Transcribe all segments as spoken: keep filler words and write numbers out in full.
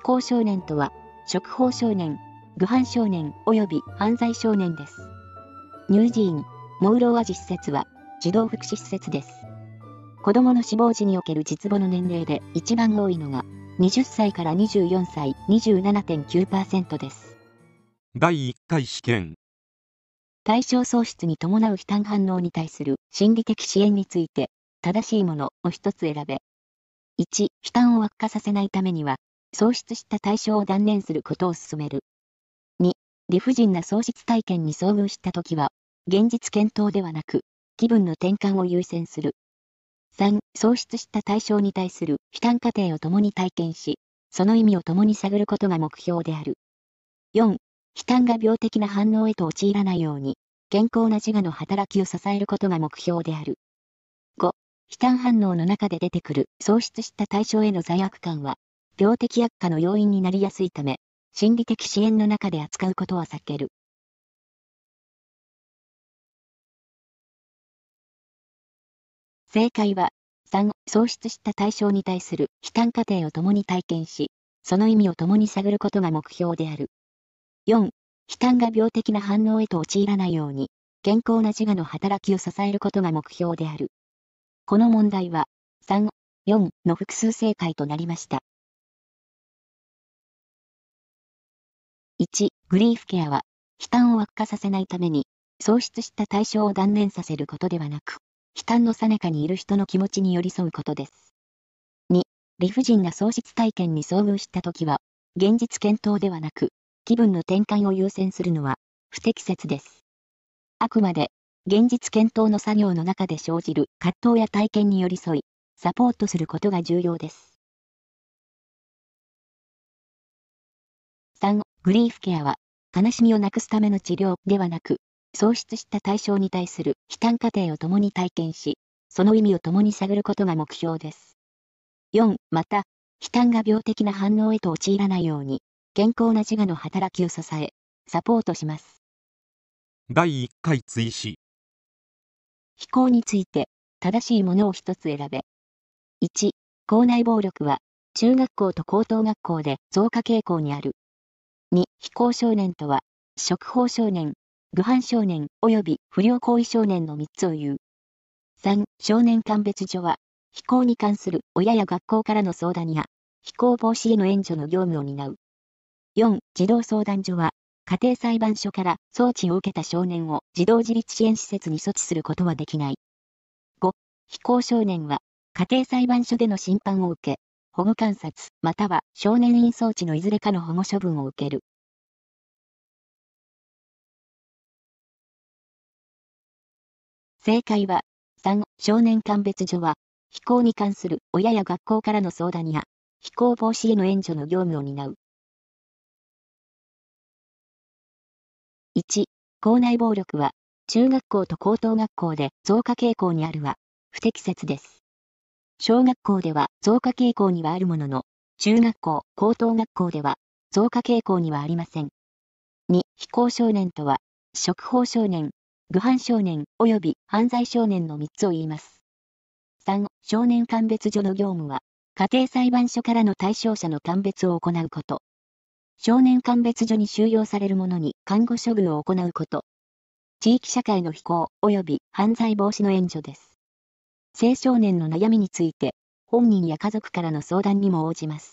行少年とは、触法少年、愚犯少年及び犯罪少年です。乳児院、モウロウアジ施設は、児童福祉施設です。子供の死亡時における実母の年齢で一番多いのが、はたちからにじゅうよんさい にじゅうななてんきゅうパーセント です。 だいいっかい試験。 対象喪失に伴う負担反応に対する心理的支援について、正しいものを一つ選べ。いち、負担を悪化させないためには、喪失した対象を断念することを勧める。に、理不尽な喪失体験に遭遇したときは、現実検討ではなく、気分の転換を優先する。さん、喪失した対象に対する負担過程を共に体験し、その意味を共に探ることが目標である。よん、負担が病的な反応へと陥らないように、健康な自我の働きを支えることが目標である。ご、負担反応の中で出てくる喪失した対象への罪悪感は、病的悪化の要因になりやすいため、心理的支援の中で扱うことは避ける。正解は、さん、喪失した対象に対する負担過程を共に体験し、その意味を共に探ることが目標である。よん、負担が病的な反応へと陥らないように、健康な自我の働きを支えることが目標である。この問題は、さん、よんの複数正解となりました。いち、グリーフケアは、負担を悪化させないために、喪失した対象を断念させることではなく、負担の最中にいる人の気持ちに寄り添うことです。に、理不尽な喪失体験に遭遇したときは、現実検討ではなく、気分の転換を優先するのは、不適切です。あくまで、現実検討の作業の中で生じる葛藤や体験に寄り添い、サポートすることが重要です。さん、グリーフケアは、悲しみをなくすための治療ではなく、喪失した対象に対する負担過程を共に体験し、その意味を共に探ることが目標です。よん、また、負担が病的な反応へと陥らないように、健康な自我の働きを支え、サポートします。 だいいっかい追試。 非行について、正しいものを一つ選べ。いち、校内暴力は、中学校と高等学校で増加傾向にある。に、非行少年とは、触法少年、愚犯少年及び不良行為少年のみっつを言う。さん、少年鑑別所は、非行に関する親や学校からの相談や、非行防止への援助の業務を担う。よん、児童相談所は、家庭裁判所から送致を受けた少年を児童自立支援施設に措置することはできない。ご、非行少年は、家庭裁判所での審判を受け、保護観察または少年院送致のいずれかの保護処分を受ける。正解は、さん、少年鑑別所は、非行に関する親や学校からの相談や、非行防止への援助の業務を担う。いち、校内暴力は、中学校と高等学校で増加傾向にあるは、不適切です。小学校では増加傾向にはあるものの、中学校、高等学校では増加傾向にはありません。に、非行少年とは、触法少年、愚犯少年及び犯罪少年のみっつを言います。さん、少年鑑別所の業務は、家庭裁判所からの対象者の鑑別を行うこと。少年鑑別所に収容される者に看護処遇を行うこと。地域社会の非行及び犯罪防止の援助です。青少年の悩みについて、本人や家族からの相談にも応じます。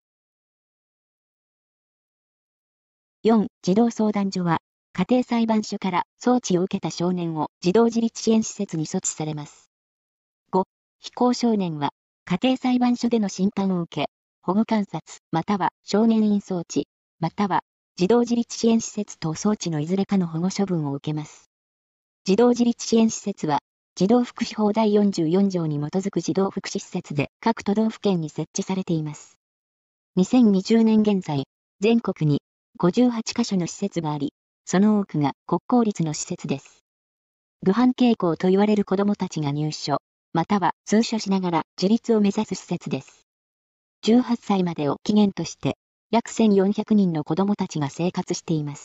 よん、児童相談所は、家庭裁判所から送致を受けた少年を児童自立支援施設に措置されます。ご、非行少年は、家庭裁判所での審判を受け、保護観察または少年院送致、または児童自立支援施設等送致のいずれかの保護処分を受けます。児童自立支援施設は、児童福祉法だいよんじゅうよん条に基づく児童福祉施設で各都道府県に設置されています。にせんにじゅうねん現在、全国にごじゅうはちカ所の施設があり、その多くが国公立の施設です。愚犯傾向と言われる子どもたちが入所、または通所しながら自立を目指す施設です。じゅうはっさいまでを期限として、約せんよんひゃくにんの子どもたちが生活しています。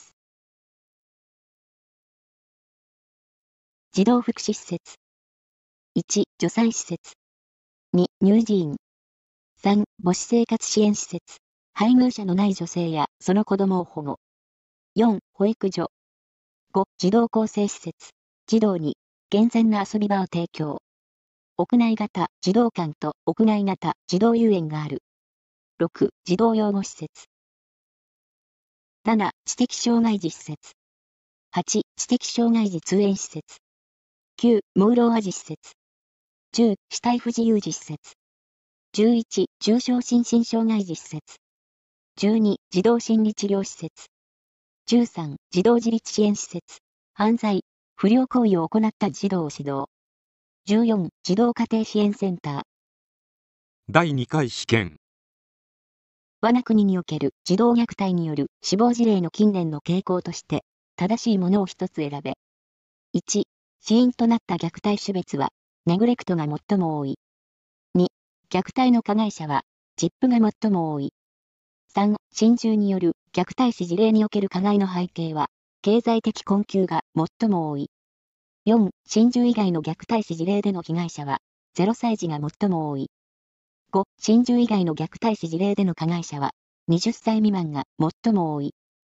児童福祉施設。いち、助産施設。に、乳児院。さん、母子生活支援施設。 配偶者のない女性やその子供を保護。よん、保育所。ご、児童更生施設。児童に健全な遊び場を提供。屋内型児童館と屋外型児童遊園がある。ろく、児童養護施設。なな、知的障害児施設。はち、知的障害児通園施設。きゅう、盲ろう児施設。じゅう、肢体不自由児施設。じゅういち、重症心身障害児施設。じゅうに、児童心理治療施設。じゅうさん、児童自立支援施設。犯罪、不良行為を行った児童を指導。じゅうよん、児童家庭支援センター。 だいにかい試験。 我が国における児童虐待による死亡事例の近年の傾向として、正しいものを一つ選べ。いち、死因となった虐待種別は、ネグレクトが最も多い。に、虐待の加害者は、ジップが最も多い。さん、心中による虐待死事例における加害の背景は、経済的困窮が最も多い。よん、心中以外の虐待死事例での被害者は、ゼロさい児が最も多い。ご、心中以外の虐待死事例での加害者は、はたち未満が最も多い。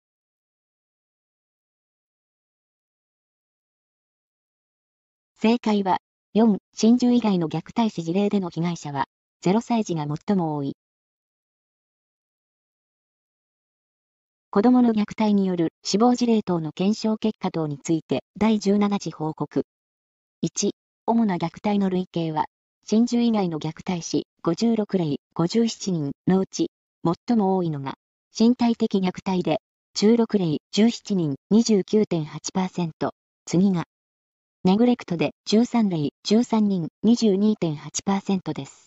正解は、よん、心中以外の虐待死事例での被害者は、ゼロさい児が最も多い。子供の虐待による死亡事例等の検証結果等についてだいじゅうなな次報告。いち、主な虐待の累計は、心中以外の虐待死ごじゅうろくれいごじゅうななにんのうち、最も多いのが、身体的虐待で、じゅうろくれいじゅうななにん にじゅうきゅうてんはちパーセント、次が、ネグレクトでじゅうさんれいじゅうさんにん にじゅうにてんはちパーセント です。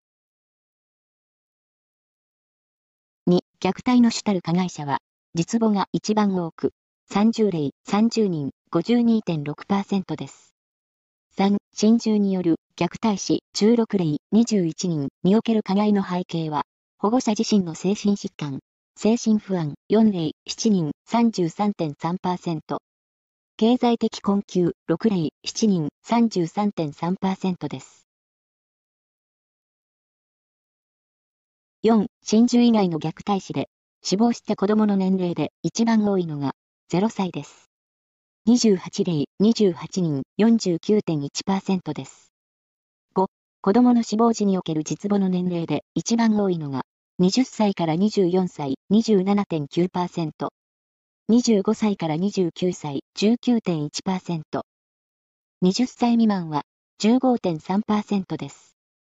に、虐待の主たる加害者は、実母が一番多く、さんじゅうれいさんじゅうにん ごじゅうにてんろくパーセント です。さん、心中による虐待死じゅうろくれいにじゅういちにんにおける加害の背景は、保護者自身の精神疾患、精神不安よんれいしちにん さんじゅうさんてんさんパーセント、経済的困窮ろくれいしちにん さんじゅうさんてんさんパーセント です。よん、心中以外の虐待死で死亡した子供の年齢で一番多いのがゼロさいです。にじゅうはちれいにじゅうはちにん よんじゅうきゅうてんいちパーセント です。ご、子供の死亡時における実母の年齢で一番多いのがはたちからにじゅうよんさい にじゅうななてんきゅうパーセント、にじゅうごさいからにじゅうきゅうさい じゅうきゅうてんいちパーセント、はたち未満は じゅうごてんさんパーセント です。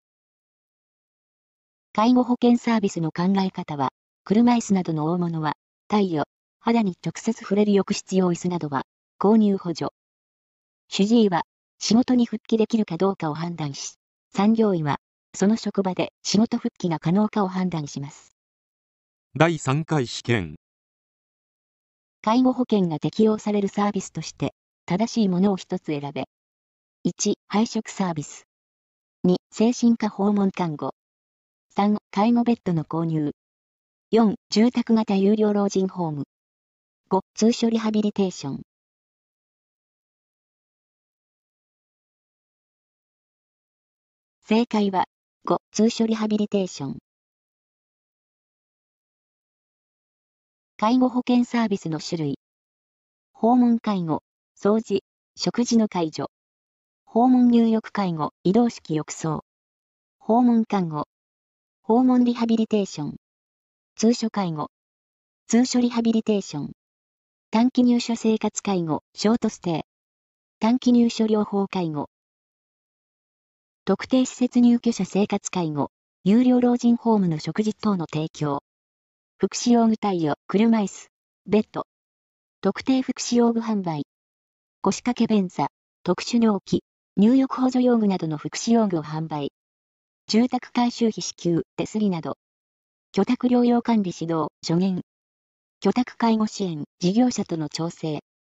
介護保険サービスの考え方は、車椅子などの大物は、貸与、肌に直接触れる浴室用椅子などは、購入補助。主治医は、仕事に復帰できるかどうかを判断し、産業医は、その職場で仕事復帰が可能かを判断します。 だいさんかい試験。 介護保険が適用されるサービスとして、正しいものを一つ選べ。いち、配食サービス。に、精神科訪問看護。さん、介護ベッドの購入。よん、住宅型有料老人ホーム。ご、通所リハビリテーション。正解は、ご、通所リハビリテーション。介護保険サービスの種類。訪問介護、掃除、食事の介助。訪問入浴介護、移動式浴槽。訪問看護。訪問リハビリテーション。通所介護。通所リハビリテーション。短期入所生活介護、ショートステイ。短期入所療法介護。特定施設入居者生活介護、有料老人ホームの食事等の提供。福祉用具貸与、車椅子、ベッド。特定福祉用具販売。腰掛け便座、特殊尿器、入浴補助用具などの福祉用具を販売。住宅改修費支給、手すりなど。居宅療養管理指導、助言。居宅介護支援、事業者との調整。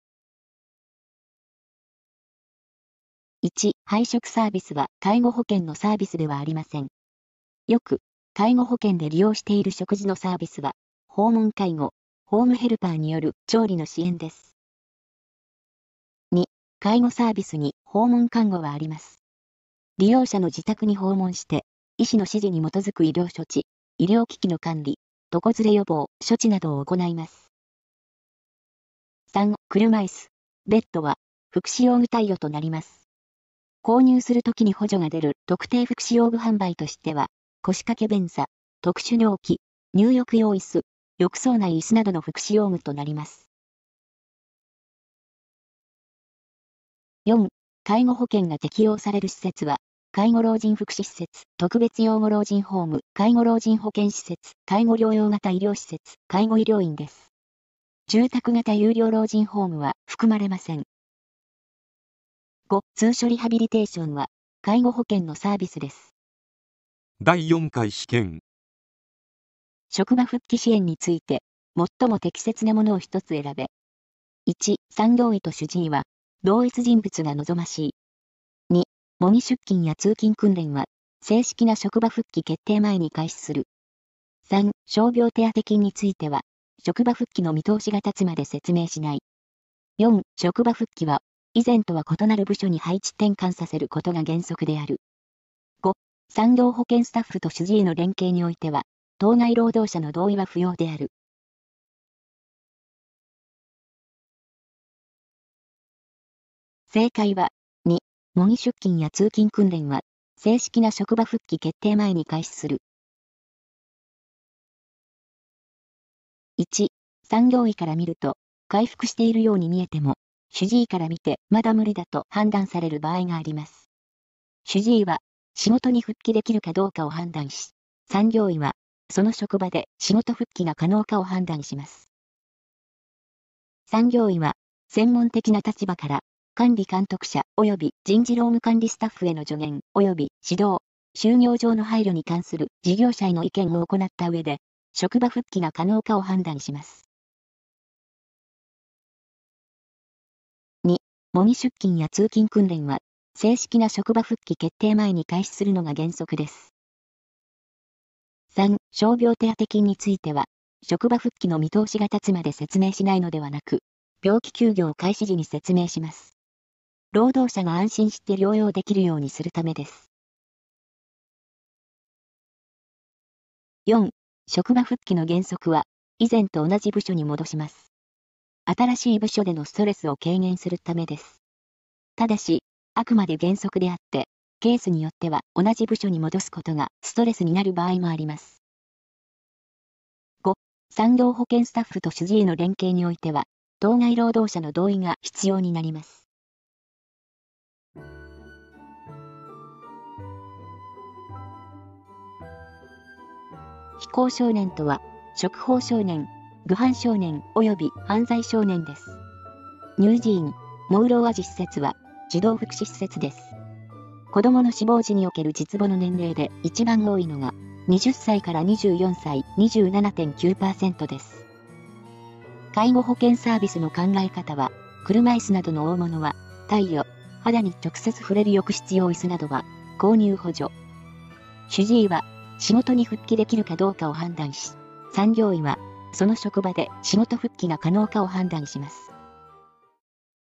いち、配食サービスは介護保険のサービスではありません。よく、介護保険で利用している食事のサービスは、訪問介護、ホームヘルパーによる調理の支援です。に、介護サービスに訪問看護はあります。利用者の自宅に訪問して、医師の指示に基づく医療処置、医療機器の管理、 床ずれ予防、処置などを行います。さん、車椅子、ベッドは、福祉用具貸与となります。購入するときに補助が出る特定福祉用具販売としては、腰掛け便座、特殊尿器、入浴用椅子、浴槽内椅子などの福祉用具となります。よん、介護保険が適用される施設は、介護老人福祉施設、特別養護老人ホーム、介護老人保健施設、介護療養型医療施設、介護医療院です。住宅型有料老人ホームは含まれません。ご、通所リハビリテーションは、介護保険のサービスです。 だいよんかい試験。 職場復帰支援について、最も適切なものを一つ選べ。いち、産業医と主治医は、同一人物が望ましい。に、模擬出勤や通勤訓練は、正式な職場復帰決定前に開始する。さん、傷病手当金については、職場復帰の見通しが立つまで説明しない。よん、職場復帰は、以前とは異なる部署に配置転換させることが原則である。ご、産業保険スタッフと主治医の連携においては、当該労働者の同意は不要である。正解は、に、模擬出勤や通勤訓練は、正式な職場復帰決定前に開始する。いち、産業医から見ると、回復しているように見えても、主治医から見てまだ無理だと判断される場合があります。主治医は、仕事に復帰できるかどうかを判断し、産業医は、その職場で仕事復帰が可能かを判断します。産業医は、専門的な立場から、管理監督者及び人事労務管理スタッフへの助言及び指導、就業上の配慮に関する事業者への意見を行った上で、職場復帰が可能かを判断します。に、模擬出勤や通勤訓練は、正式な職場復帰決定前に開始するのが原則です。さん、傷病手当金については、職場復帰の見通しが立つまで説明しないのではなく、病気休業開始時に説明します。労働者が安心して療養できるようにするためです。よん、職場復帰の原則は、以前と同じ部署に戻します。新しい部署でのストレスを軽減するためです。ただし、あくまで原則であって、ケースによっては同じ部署に戻すことがストレスになる場合もあります。ご、産業保険スタッフと主治医の連携においては、当該労働者の同意が必要になります。非行少年とは、触法少年、愚犯少年及び犯罪少年です。乳児院、盲ろう児施設は、児童福祉施設です。子供の死亡時における実母の年齢で一番多いのが、はたちからにじゅうよんさい、にじゅうななてんきゅうパーセント です。介護保険サービスの考え方は、車椅子などの大物は、貸与、肌に直接触れる浴室用椅子などは、購入補助。主治医は、仕事に復帰できるかどうかを判断し、産業医は、その職場で仕事復帰が可能かを判断します。